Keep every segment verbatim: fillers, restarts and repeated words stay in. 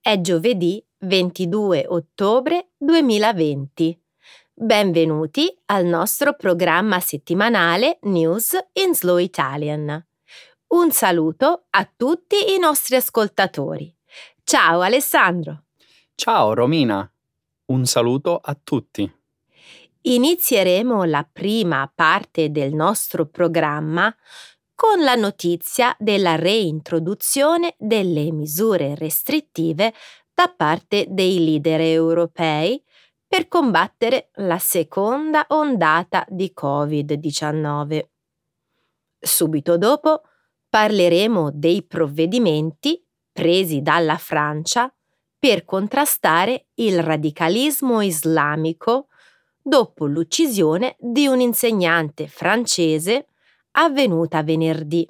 È giovedì ventidue ottobre duemilaventi. Benvenuti al nostro programma settimanale News in Slow Italian. Un saluto a tutti i nostri ascoltatori. Ciao Alessandro. Ciao Romina, un saluto a tutti. Inizieremo la prima parte del nostro programma con la notizia della reintroduzione delle misure restrittive da parte dei leader europei per combattere la seconda ondata di covid diciannove. Subito dopo parleremo dei provvedimenti presi dalla Francia per contrastare il radicalismo islamico dopo l'uccisione di un insegnante francese avvenuta venerdì.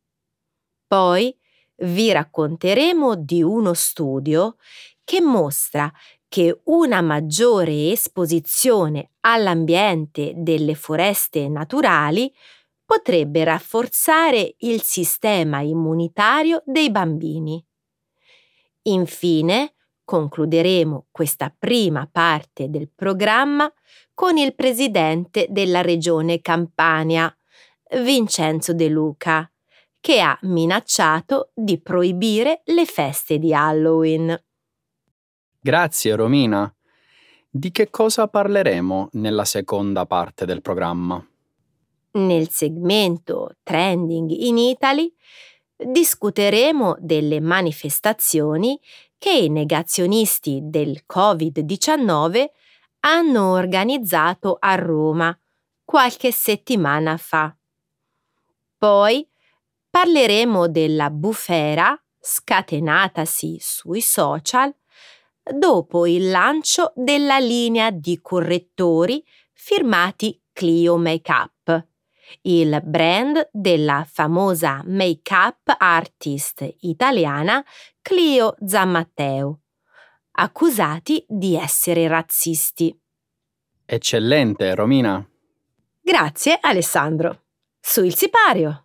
Poi vi racconteremo di uno studio che mostra che una maggiore esposizione all'ambiente delle foreste naturali potrebbe rafforzare il sistema immunitario dei bambini. Infine, concluderemo questa prima parte del programma con il presidente della regione Campania, Vincenzo De Luca, che ha minacciato di proibire le feste di Halloween. Grazie Romina. Di che cosa parleremo nella seconda parte del programma? Nel segmento Trending in Italy discuteremo delle manifestazioni che i negazionisti del covid diciannove hanno organizzato a Roma qualche settimana fa. Poi parleremo della bufera scatenatasi sui social dopo il lancio della linea di correttori firmati Clio Makeup, il brand della famosa make-up artist italiana Clio Zammatteo, accusati di essere razzisti. Eccellente Romina. Grazie Alessandro. Su il sipario.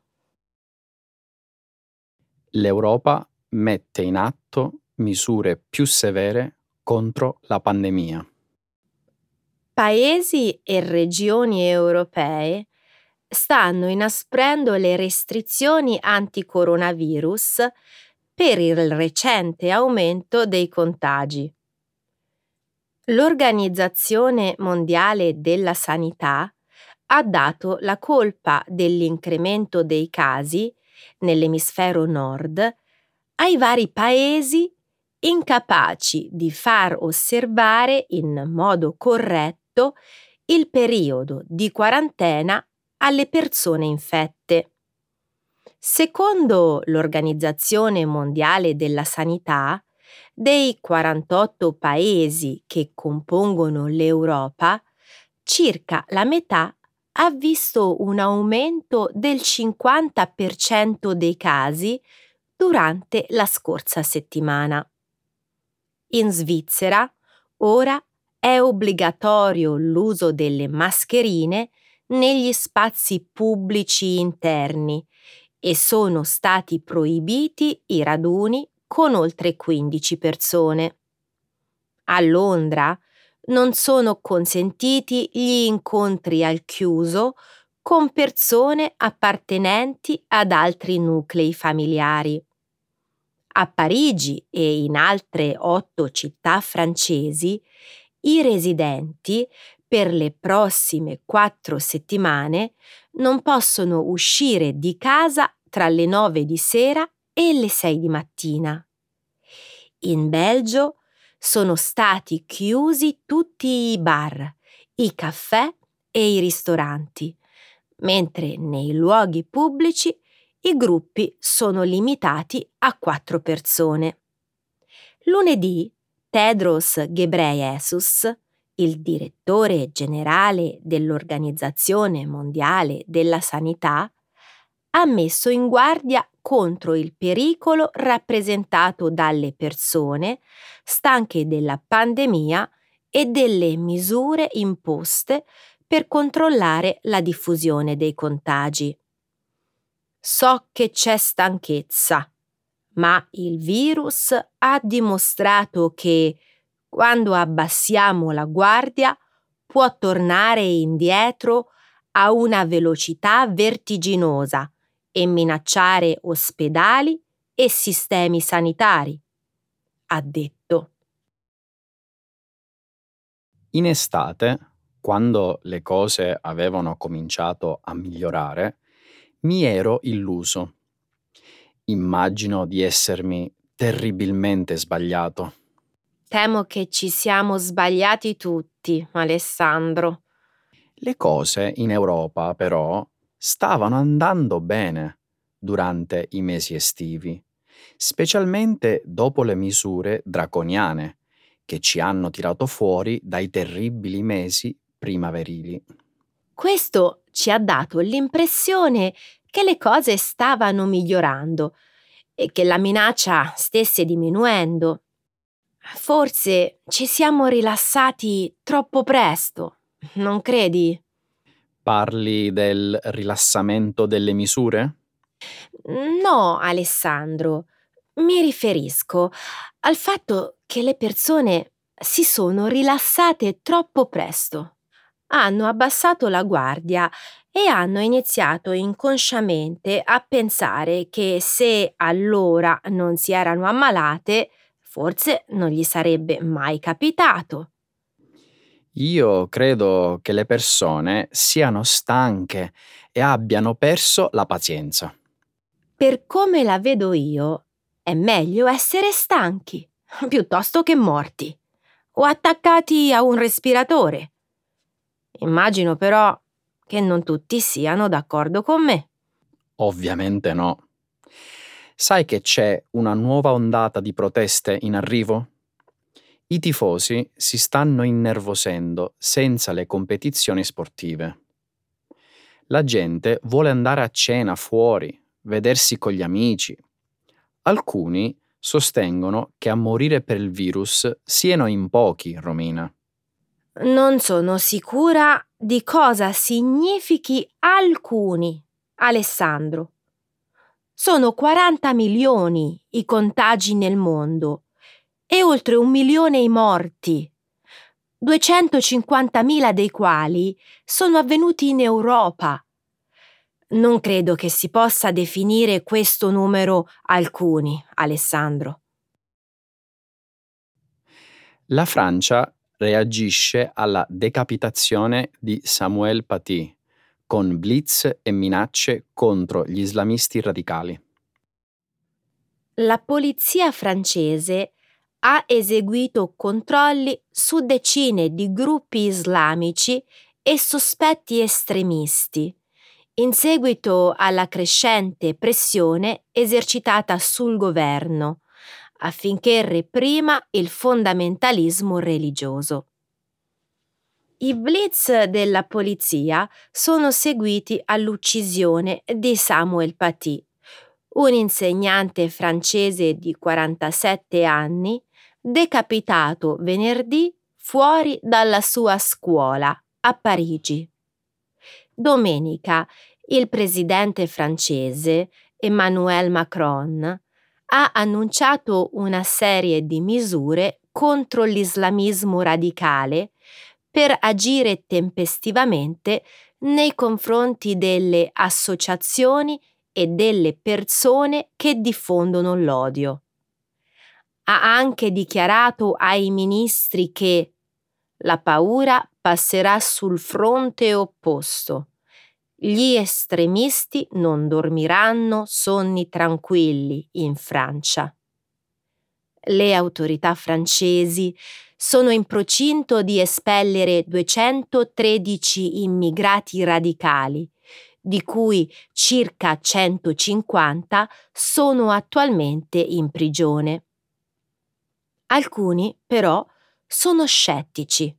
L'Europa mette in atto misure più severe contro la pandemia. Paesi e regioni europee stanno inasprendo le restrizioni anti-coronavirus per il recente aumento dei contagi. L'Organizzazione Mondiale della Sanità ha dato la colpa dell'incremento dei casi nell'emisfero nord ai vari paesi incapaci di far osservare in modo corretto il periodo di quarantena alle persone infette. Secondo l'Organizzazione Mondiale della Sanità, dei quarantotto paesi che compongono l'Europa, circa la metà ha visto un aumento del cinquanta per cento dei casi durante la scorsa settimana. In Svizzera ora è obbligatorio l'uso delle mascherine negli spazi pubblici interni e sono stati proibiti i raduni con oltre quindici persone. A Londra non sono consentiti gli incontri al chiuso con persone appartenenti ad altri nuclei familiari. A Parigi e in altre otto città francesi, i residenti per le prossime quattro settimane non possono uscire di casa tra le nove di sera e le sei di mattina. In Belgio sono stati chiusi tutti i bar, i caffè e i ristoranti, mentre nei luoghi pubblici i gruppi sono limitati a quattro persone. Lunedì, Tedros Ghebreyesus, il direttore generale dell'Organizzazione Mondiale della Sanità, ha messo in guardia contro il pericolo rappresentato dalle persone stanche della pandemia e delle misure imposte per controllare la diffusione dei contagi. So che c'è stanchezza, ma il virus ha dimostrato che, quando abbassiamo la guardia, può tornare indietro a una velocità vertiginosa e minacciare ospedali e sistemi sanitari, ha detto. In estate, quando le cose avevano cominciato a migliorare, mi ero illuso. Immagino di essermi terribilmente sbagliato. Temo che ci siamo sbagliati tutti, Alessandro. Le cose in Europa, però, stavano andando bene durante i mesi estivi, specialmente dopo le misure draconiane che ci hanno tirato fuori dai terribili mesi primaverili. Questo ci ha dato l'impressione che le cose stavano migliorando e che la minaccia stesse diminuendo. Forse ci siamo rilassati troppo presto, non credi? Parli del rilassamento delle misure? No, Alessandro, mi riferisco al fatto che le persone si sono rilassate troppo presto. Hanno abbassato la guardia e hanno iniziato inconsciamente a pensare che se allora non si erano ammalate, forse non gli sarebbe mai capitato. Io credo che le persone siano stanche e abbiano perso la pazienza. Per come la vedo io, è meglio essere stanchi piuttosto che morti o attaccati a un respiratore. Immagino però che non tutti siano d'accordo con me. Ovviamente no. Sai che c'è una nuova ondata di proteste in arrivo? I tifosi si stanno innervosendo senza le competizioni sportive. La gente vuole andare a cena fuori, vedersi con gli amici. Alcuni sostengono che a morire per il virus siano in pochi, Romina. Non sono sicura di cosa significhi alcuni, Alessandro. Sono quaranta milioni i contagi nel mondo e oltre un milione i morti, duecentocinquantamila dei quali sono avvenuti in Europa. Non credo che si possa definire questo numero alcuni, Alessandro. La Francia reagisce alla decapitazione di Samuel Paty con blitz e minacce contro gli islamisti radicali. La polizia francese ha eseguito controlli su decine di gruppi islamici e sospetti estremisti, in seguito alla crescente pressione esercitata sul governo, affinché reprima il fondamentalismo religioso. I blitz della polizia sono seguiti all'uccisione di Samuel Paty, un insegnante francese di quarantasette anni, decapitato venerdì fuori dalla sua scuola a Parigi. Domenica il presidente francese Emmanuel Macron ha annunciato una serie di misure contro l'islamismo radicale per agire tempestivamente nei confronti delle associazioni e delle persone che diffondono l'odio. Ha anche dichiarato ai ministri che la paura passerà sul fronte opposto. Gli estremisti non dormiranno sonni tranquilli in Francia. Le autorità francesi sono in procinto di espellere duecentotredici immigrati radicali, di cui circa centocinquanta sono attualmente in prigione. Alcuni, però, sono scettici.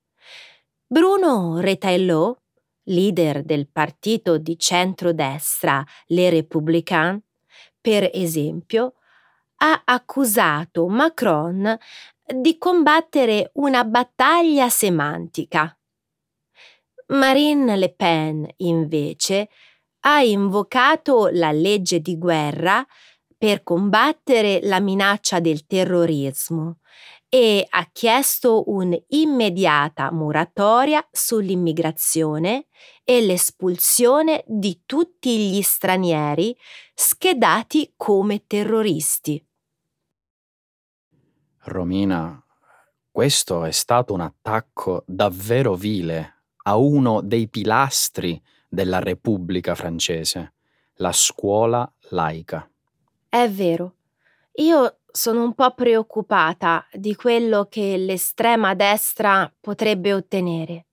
Bruno Retailleau, leader del partito di centrodestra Les Républicains, per esempio, ha accusato Macron di combattere una battaglia semantica. Marine Le Pen, invece, ha invocato la legge di guerra per combattere la minaccia del terrorismo e ha chiesto un'immediata moratoria sull'immigrazione e l'espulsione di tutti gli stranieri schedati come terroristi. Romina, questo è stato un attacco davvero vile a uno dei pilastri della Repubblica francese, la scuola laica. È vero, io sono un po' preoccupata di quello che l'estrema destra potrebbe ottenere.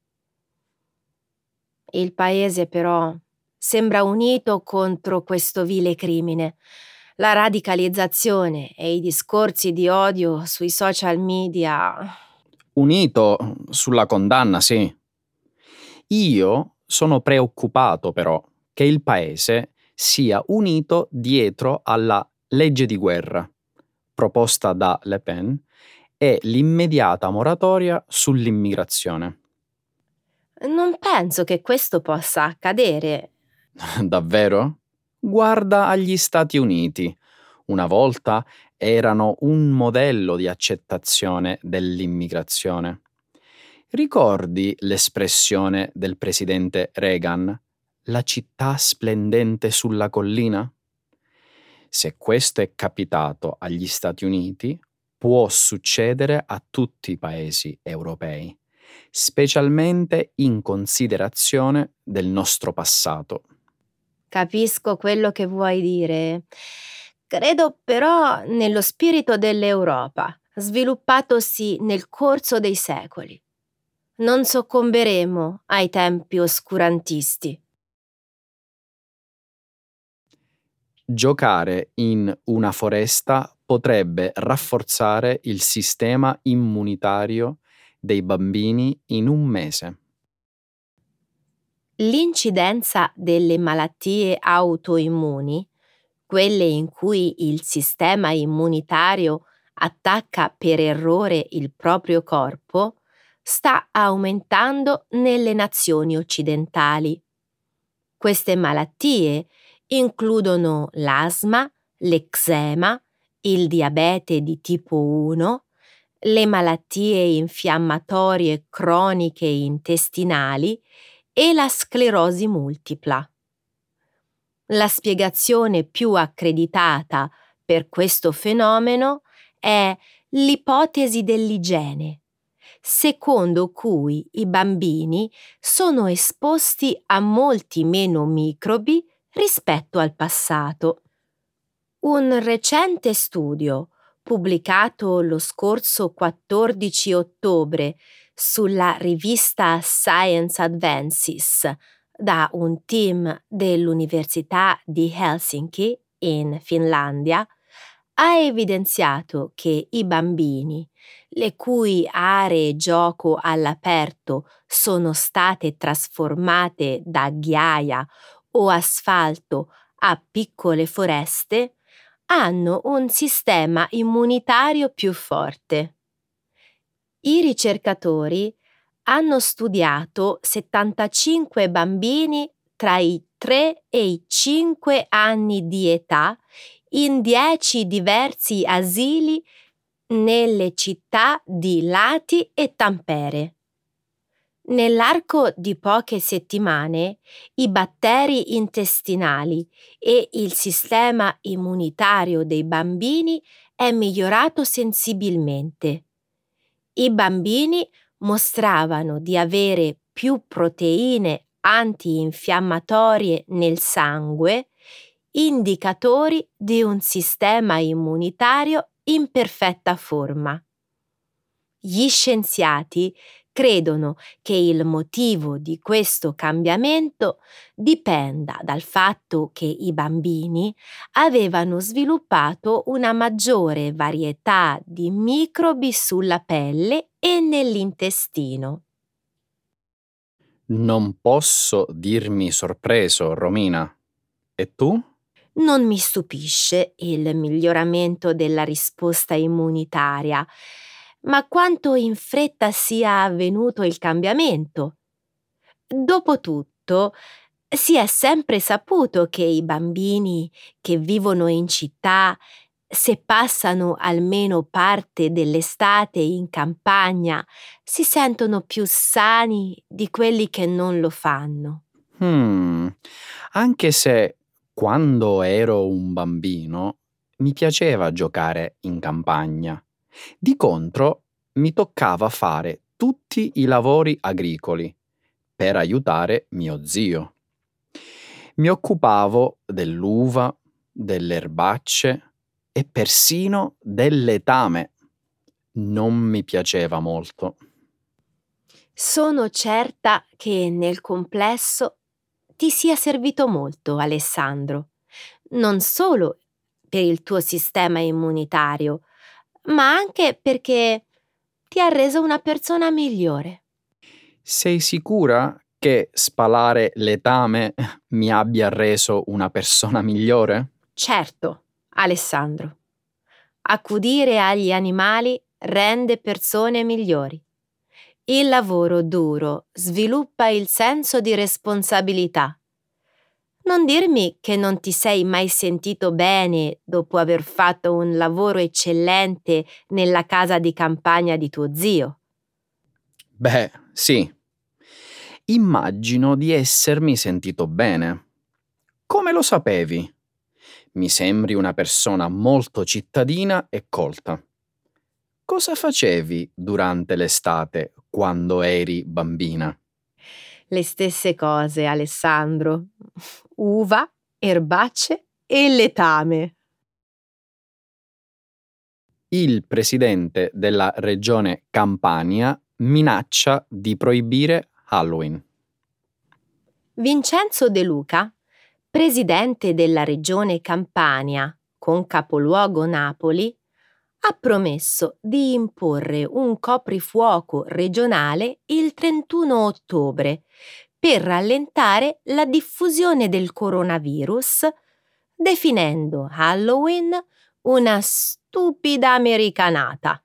Il paese però sembra unito contro questo vile crimine. La radicalizzazione e i discorsi di odio sui social media. Unito sulla condanna, sì. Io sono preoccupato però che il paese sia unito dietro alla legge di guerra proposta da Le Pen e l'immediata moratoria sull'immigrazione. Non penso che questo possa accadere. Davvero? Guarda agli Stati Uniti. Una volta erano un modello di accettazione dell'immigrazione. Ricordi l'espressione del presidente Reagan? La città splendente sulla collina? Se questo è capitato agli Stati Uniti, può succedere a tutti i paesi europei, specialmente in considerazione del nostro passato. Capisco quello che vuoi dire. Credo però nello spirito dell'Europa, sviluppatosi nel corso dei secoli. Non soccomberemo ai tempi oscurantisti. Giocare in una foresta potrebbe rafforzare il sistema immunitario dei bambini in un mese. L'incidenza delle malattie autoimmuni, quelle in cui il sistema immunitario attacca per errore il proprio corpo, sta aumentando nelle nazioni occidentali. Queste malattie includono l'asma, l'eczema, il diabete di tipo uno, le malattie infiammatorie croniche intestinali e la sclerosi multipla. La spiegazione più accreditata per questo fenomeno è l'ipotesi dell'igiene, secondo cui i bambini sono esposti a molti meno microbi rispetto al passato. Un recente studio, pubblicato lo scorso quattordici ottobre sulla rivista Science Advances da un team dell'Università di Helsinki in Finlandia, ha evidenziato che i bambini, le cui aree gioco all'aperto sono state trasformate da ghiaia o asfalto a piccole foreste, hanno un sistema immunitario più forte. I ricercatori hanno studiato settantacinque bambini tra i tre e i cinque anni di età in dieci diversi asili nelle città di Lati e Tampere. Nell'arco di poche settimane, i batteri intestinali e il sistema immunitario dei bambini è migliorato sensibilmente. I bambini mostravano di avere più proteine antinfiammatorie nel sangue, indicatori di un sistema immunitario in perfetta forma. Gli scienziati credono che il motivo di questo cambiamento dipenda dal fatto che i bambini avevano sviluppato una maggiore varietà di microbi sulla pelle e nell'intestino. Non posso dirmi sorpreso, Romina. E tu? Non mi stupisce il miglioramento della risposta immunitaria, ma quanto in fretta sia avvenuto il cambiamento. Dopotutto, Si è sempre saputo che i bambini che vivono in città, se passano almeno parte dell'estate in campagna, si sentono più sani di quelli che non lo fanno. Hmm, anche se quando ero un bambino mi piaceva giocare in campagna. Di contro mi toccava fare tutti i lavori agricoli per aiutare mio zio. Mi occupavo dell'uva, delle erbacce e persino del letame. Non mi piaceva molto. Sono certa che nel complesso ti sia servito molto, Alessandro, non solo per il tuo sistema immunitario, ma anche perché ti ha reso una persona migliore. Sei sicura che spalare letame mi abbia reso una persona migliore? Certo, Alessandro, accudire agli animali rende persone migliori. Il lavoro duro sviluppa il senso di responsabilità. Non dirmi che non ti sei mai sentito bene dopo aver fatto un lavoro eccellente nella casa di campagna di tuo zio. Beh, sì. Immagino di essermi sentito bene. Come lo sapevi? Mi sembri una persona molto cittadina e colta. Cosa facevi durante l'estate quando eri bambina? Le stesse cose, Alessandro. Uva, erbacce e letame. Il presidente della regione Campania minaccia di proibire Halloween. Vincenzo De Luca, presidente della regione Campania, con capoluogo Napoli, ha promesso di imporre un coprifuoco regionale il trentuno ottobre per rallentare la diffusione del coronavirus, definendo Halloween una stupida americanata.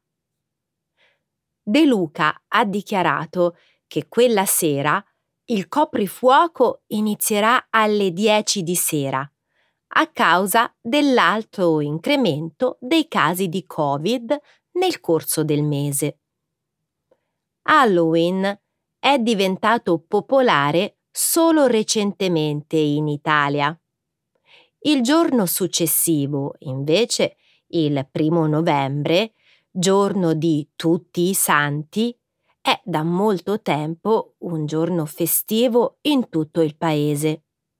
De Luca ha dichiarato che quella sera il coprifuoco inizierà alle dieci di sera a causa dell'alto incremento dei casi di Covid nel corso del mese. Halloween è diventato popolare solo recentemente in Italia. Il giorno successivo, invece, il primo novembre, giorno di Tutti i Santi, è da molto tempo un giorno festivo in tutto il paese.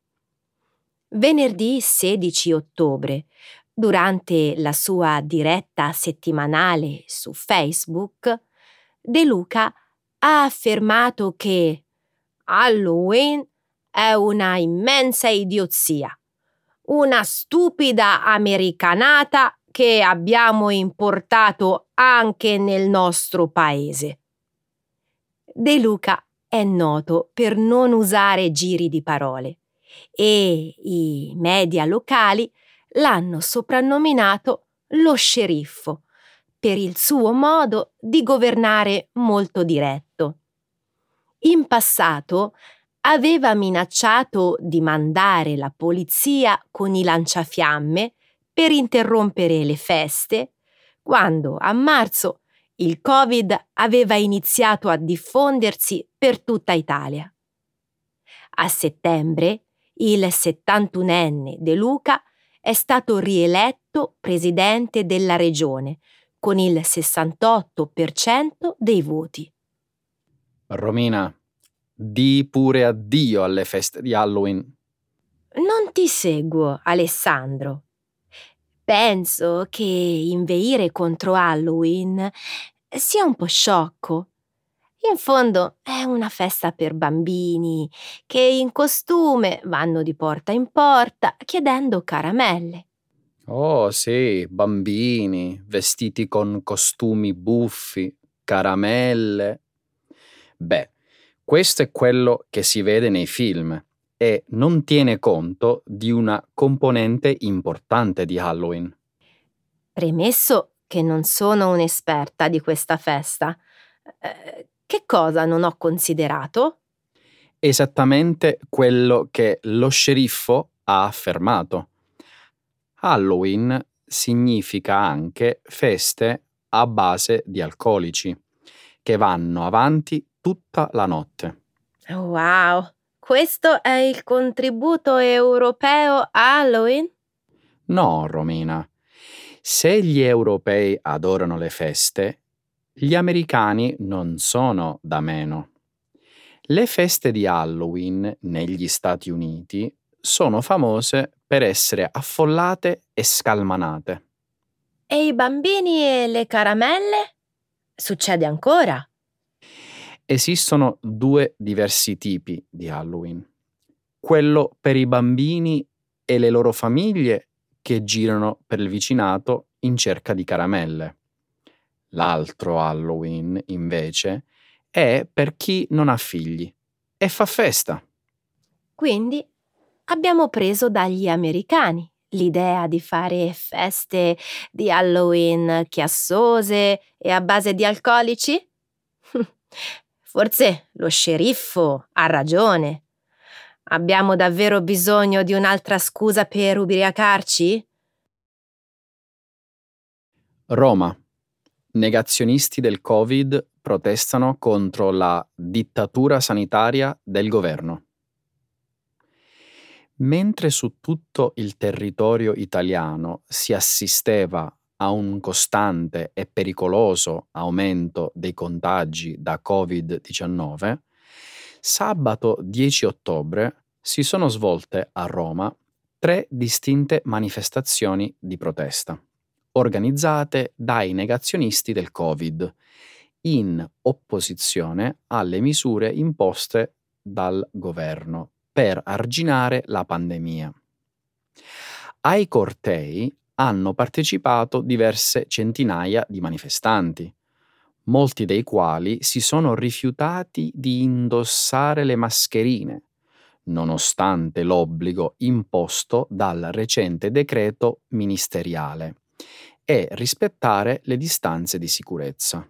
Venerdì sedici ottobre, durante la sua diretta settimanale su Facebook, De Luca ha affermato che Halloween è una immensa idiozia, una stupida americanata che abbiamo importato anche nel nostro paese. De Luca è noto per non usare giri di parole e i media locali l'hanno soprannominato lo sceriffo per il suo modo di governare molto diretto. In passato aveva minacciato di mandare la polizia con i lanciafiamme per interrompere le feste, quando a marzo il Covid aveva iniziato a diffondersi per tutta Italia. A settembre, il settantunenne De Luca è stato rieletto presidente della regione con il sessantotto per cento dei voti. Romina, di pure addio alle feste di Halloween. Non ti seguo, Alessandro. Penso che inveire contro Halloween sia un po' sciocco. In fondo è una festa per bambini che in costume vanno di porta in porta chiedendo caramelle. Oh sì, bambini, vestiti con costumi buffi, caramelle. Beh, questo è quello che si vede nei film e non tiene conto di una componente importante di Halloween. Premesso che non sono un'esperta di questa festa, eh, che cosa non ho considerato? Esattamente quello che lo sceriffo ha affermato. Halloween significa anche feste a base di alcolici, che vanno avanti tutta la notte. Wow, questo è il contributo europeo a Halloween? No, Romina. Se gli europei adorano le feste, gli americani non sono da meno. Le feste di Halloween negli Stati Uniti sono famose per essere affollate e scalmanate. E i bambini e le caramelle? Succede ancora? Esistono due diversi tipi di Halloween. Quello per i bambini e le loro famiglie che girano per il vicinato in cerca di caramelle. L'altro Halloween, invece, è per chi non ha figli e fa festa. Quindi abbiamo preso dagli americani l'idea di fare feste di Halloween chiassose e a base di alcolici? Forse lo sceriffo ha ragione. Abbiamo davvero bisogno di un'altra scusa per ubriacarci? Roma. Negazionisti del Covid protestano contro la dittatura sanitaria del governo. Mentre su tutto il territorio italiano si assisteva a un costante e pericoloso aumento dei contagi da covid diciannove, sabato dieci ottobre si sono svolte a Roma tre distinte manifestazioni di protesta, organizzate dai negazionisti del Covid, in opposizione alle misure imposte dal governo per arginare la pandemia. Ai cortei hanno partecipato diverse centinaia di manifestanti, molti dei quali si sono rifiutati di indossare le mascherine, nonostante l'obbligo imposto dal recente decreto ministeriale, e rispettare le distanze di sicurezza.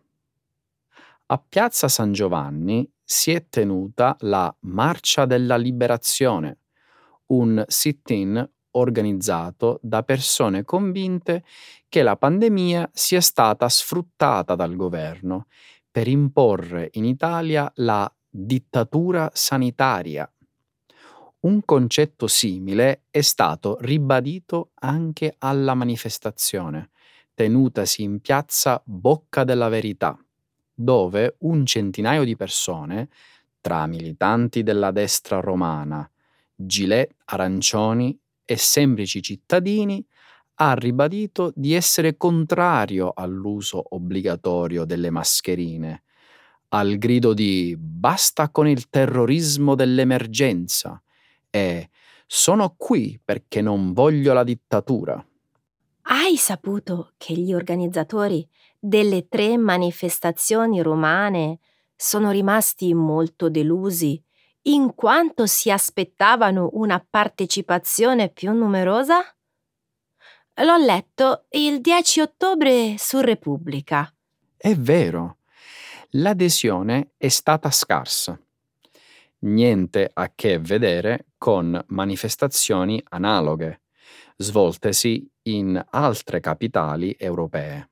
A Piazza San Giovanni si è tenuta la Marcia della Liberazione, un sit-in organizzato da persone convinte che la pandemia sia stata sfruttata dal governo per imporre in Italia la dittatura sanitaria. Un concetto simile è stato ribadito anche alla manifestazione, tenutasi in piazza Bocca della Verità, dove un centinaio di persone, tra militanti della destra romana, gilet arancioni e semplici cittadini, ha ribadito di essere contrario all'uso obbligatorio delle mascherine, al grido di "basta con il terrorismo dell'emergenza" e "sono qui perché non voglio la dittatura". Hai saputo che gli organizzatori delle tre manifestazioni romane sono rimasti molto delusi in quanto si aspettavano una partecipazione più numerosa? L'ho letto il dieci ottobre su Repubblica. È vero, l'adesione è stata scarsa. Niente a che vedere con manifestazioni analoghe, svoltesi in altre capitali europee.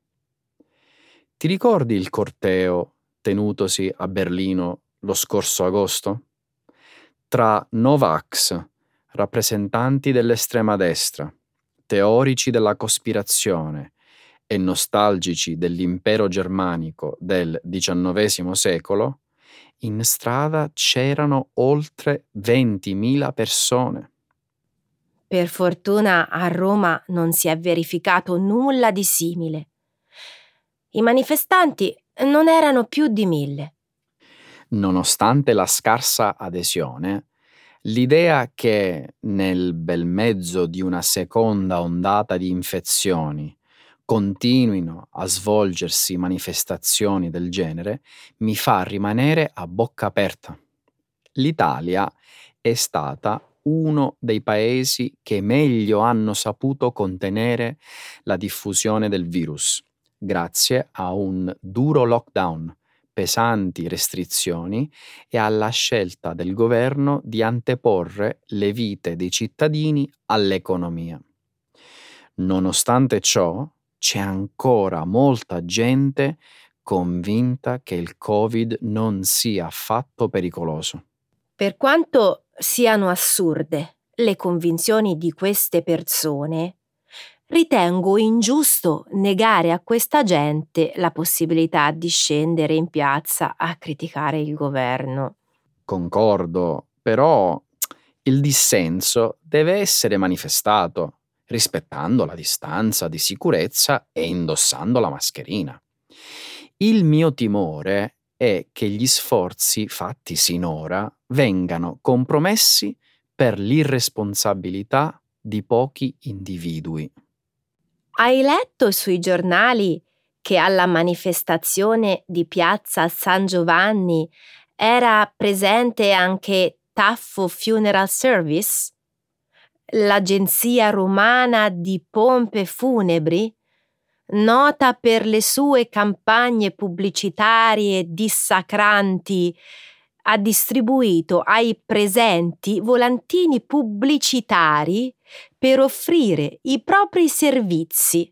Ti ricordi il corteo tenutosi a Berlino lo scorso agosto? Tra Novax, rappresentanti dell'estrema destra, teorici della cospirazione e nostalgici dell'impero germanico del diciannovesimo secolo, in strada c'erano oltre ventimila persone. Per fortuna a Roma non si è verificato nulla di simile. I manifestanti non erano più di mille. Nonostante la scarsa adesione, l'idea che nel bel mezzo di una seconda ondata di infezioni continuino a svolgersi manifestazioni del genere mi fa rimanere a bocca aperta. L'Italia è stata uno dei paesi che meglio hanno saputo contenere la diffusione del virus, grazie a un duro lockdown pesanti restrizioni e alla scelta del governo di anteporre le vite dei cittadini all'economia. Nonostante ciò, c'è ancora molta gente convinta che il Covid non sia affatto pericoloso. Per quanto siano assurde le convinzioni di queste persone, ritengo ingiusto negare a questa gente la possibilità di scendere in piazza a criticare il governo. Concordo, però il dissenso deve essere manifestato rispettando la distanza di sicurezza e indossando la mascherina. Il mio timore è che gli sforzi fatti sinora vengano compromessi per l'irresponsabilità di pochi individui. Hai letto sui giornali che alla manifestazione di piazza San Giovanni era presente anche Taffo Funeral Service, l'agenzia romana di pompe funebri, nota per le sue campagne pubblicitarie dissacranti, ha distribuito ai presenti volantini pubblicitari per offrire i propri servizi.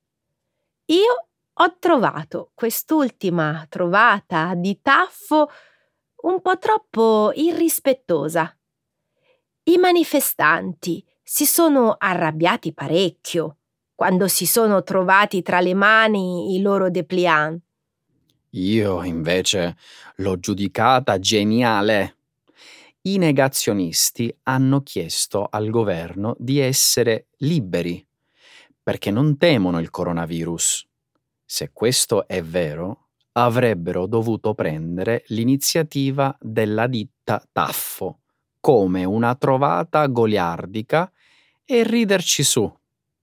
Io ho trovato quest'ultima trovata di Taffo un po' troppo irrispettosa. I manifestanti si sono arrabbiati parecchio quando si sono trovati tra le mani i loro dépliant. Io invece l'ho giudicata geniale. I negazionisti hanno chiesto al governo di essere liberi perché non temono il coronavirus. Se questo è vero, avrebbero dovuto prendere l'iniziativa della ditta Taffo come una trovata goliardica e riderci su.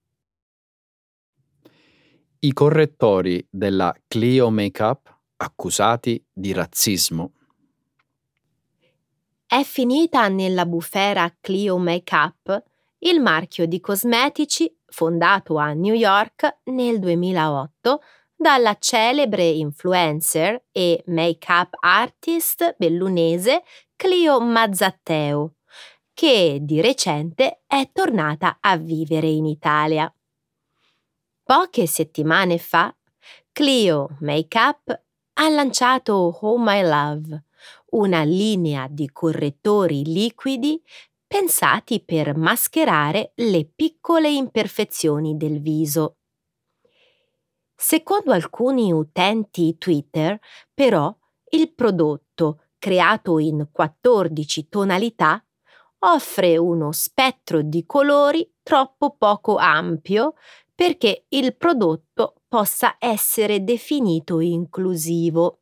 I correttori della Clio Makeup accusati di razzismo. È finita nella bufera Clio Makeup, il marchio di cosmetici fondato a New York nel duemilaotto dalla celebre influencer e make-up artist bellunese Clio Mazzatteo, che di recente è tornata a vivere in Italia. Poche settimane fa, Clio Makeup ha lanciato Oh My Love, una linea di correttori liquidi pensati per mascherare le piccole imperfezioni del viso. Secondo alcuni utenti Twitter, però, il prodotto, creato in quattordici tonalità, offre uno spettro di colori troppo poco ampio perché il prodotto possa essere definito inclusivo.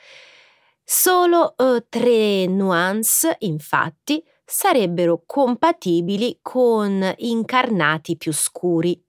Solo eh, tre nuance, infatti, sarebbero compatibili con incarnati più scuri.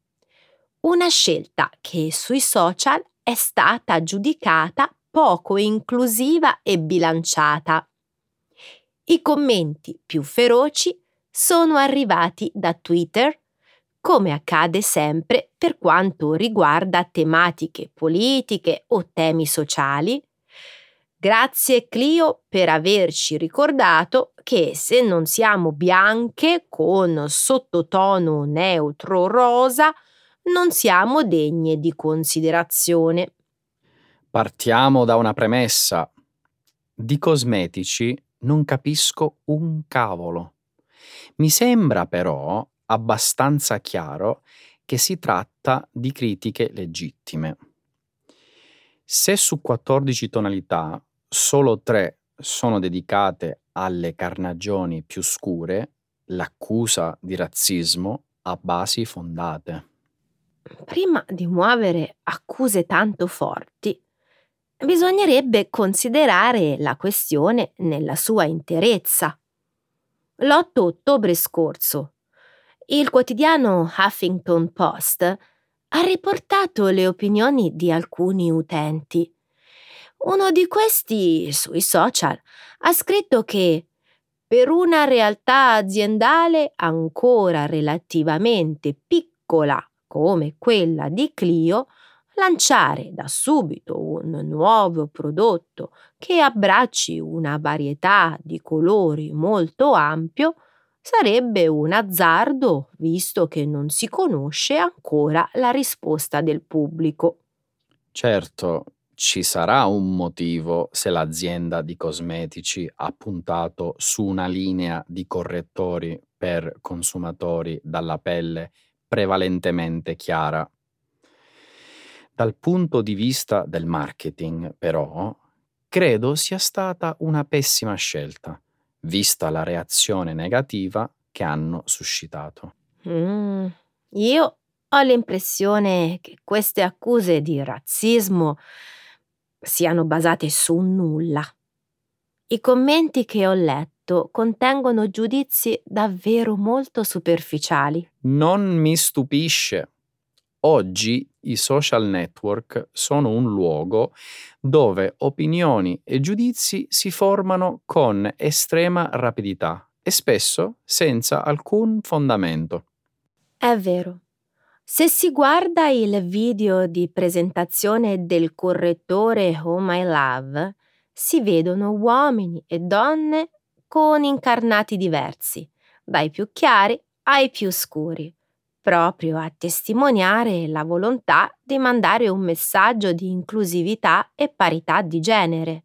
Una scelta che sui social è stata giudicata poco inclusiva e bilanciata. I commenti più feroci sono arrivati da Twitter, come accade sempre per quanto riguarda tematiche politiche o temi sociali. Grazie Clio per averci ricordato che se non siamo bianche con sottotono neutro rosa, non siamo degne di considerazione. Partiamo da una premessa. Di cosmetici non capisco un cavolo. Mi sembra però abbastanza chiaro che si tratta di critiche legittime. Se su quattordici tonalità solo tre sono dedicate alle carnagioni più scure, l'accusa di razzismo ha basi fondate. Prima di muovere accuse tanto forti, bisognerebbe considerare la questione nella sua interezza. L'otto ottobre scorso, il quotidiano Huffington Post ha riportato le opinioni di alcuni utenti. Uno di questi, sui social, ha scritto che per una realtà aziendale ancora relativamente piccola come quella di Clio, lanciare da subito un nuovo prodotto che abbracci una varietà di colori molto ampio sarebbe un azzardo, visto che non si conosce ancora la risposta del pubblico. Certo, ci sarà un motivo se l'azienda di cosmetici ha puntato su una linea di correttori per consumatori dalla pelle prevalentemente chiara. Dal punto di vista del marketing, però, credo sia stata una pessima scelta, vista la reazione negativa che hanno suscitato. Mm, io ho l'impressione che queste accuse di razzismo siano basate su nulla. I commenti che ho letto contengono giudizi davvero molto superficiali. Non mi stupisce. Oggi i social network sono un luogo dove opinioni e giudizi si formano con estrema rapidità e spesso senza alcun fondamento. È vero. Se si guarda il video di presentazione del correttore Oh My Love, si vedono uomini e donne con incarnati diversi, dai più chiari ai più scuri, proprio a testimoniare la volontà di mandare un messaggio di inclusività e parità di genere.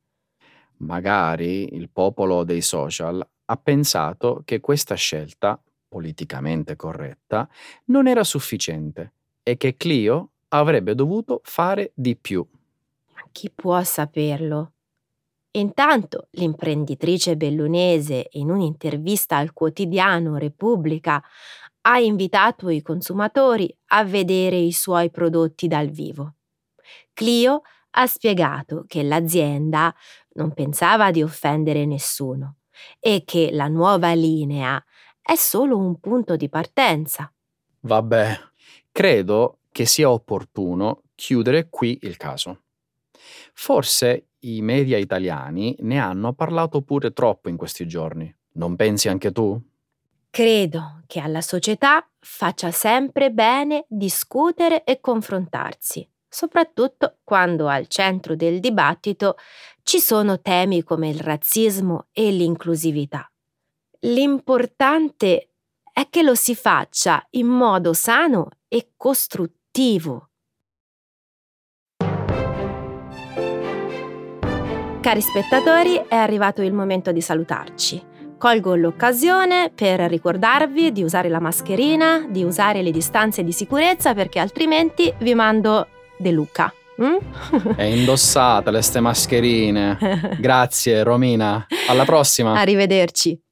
Magari il popolo dei social ha pensato che questa scelta, politicamente corretta, non era sufficiente e che Clio avrebbe dovuto fare di più. Ma chi può saperlo? Intanto l'imprenditrice bellunese, in un'intervista al quotidiano Repubblica, ha invitato i consumatori a vedere i suoi prodotti dal vivo. Clio ha spiegato che l'azienda non pensava di offendere nessuno e che la nuova linea è solo un punto di partenza. Vabbè, credo che sia opportuno chiudere qui il caso. Forse i media italiani ne hanno parlato pure troppo in questi giorni. Non pensi anche tu? Credo che alla società faccia sempre bene discutere e confrontarsi, soprattutto quando al centro del dibattito ci sono temi come il razzismo e l'inclusività. L'importante è che lo si faccia in modo sano e costruttivo. Cari spettatori, è arrivato il momento di salutarci. Colgo l'occasione per ricordarvi di usare la mascherina, di usare le distanze di sicurezza, perché altrimenti vi mando De Luca. Mm? E indossate le ste mascherine. Grazie Romina, alla prossima. Arrivederci.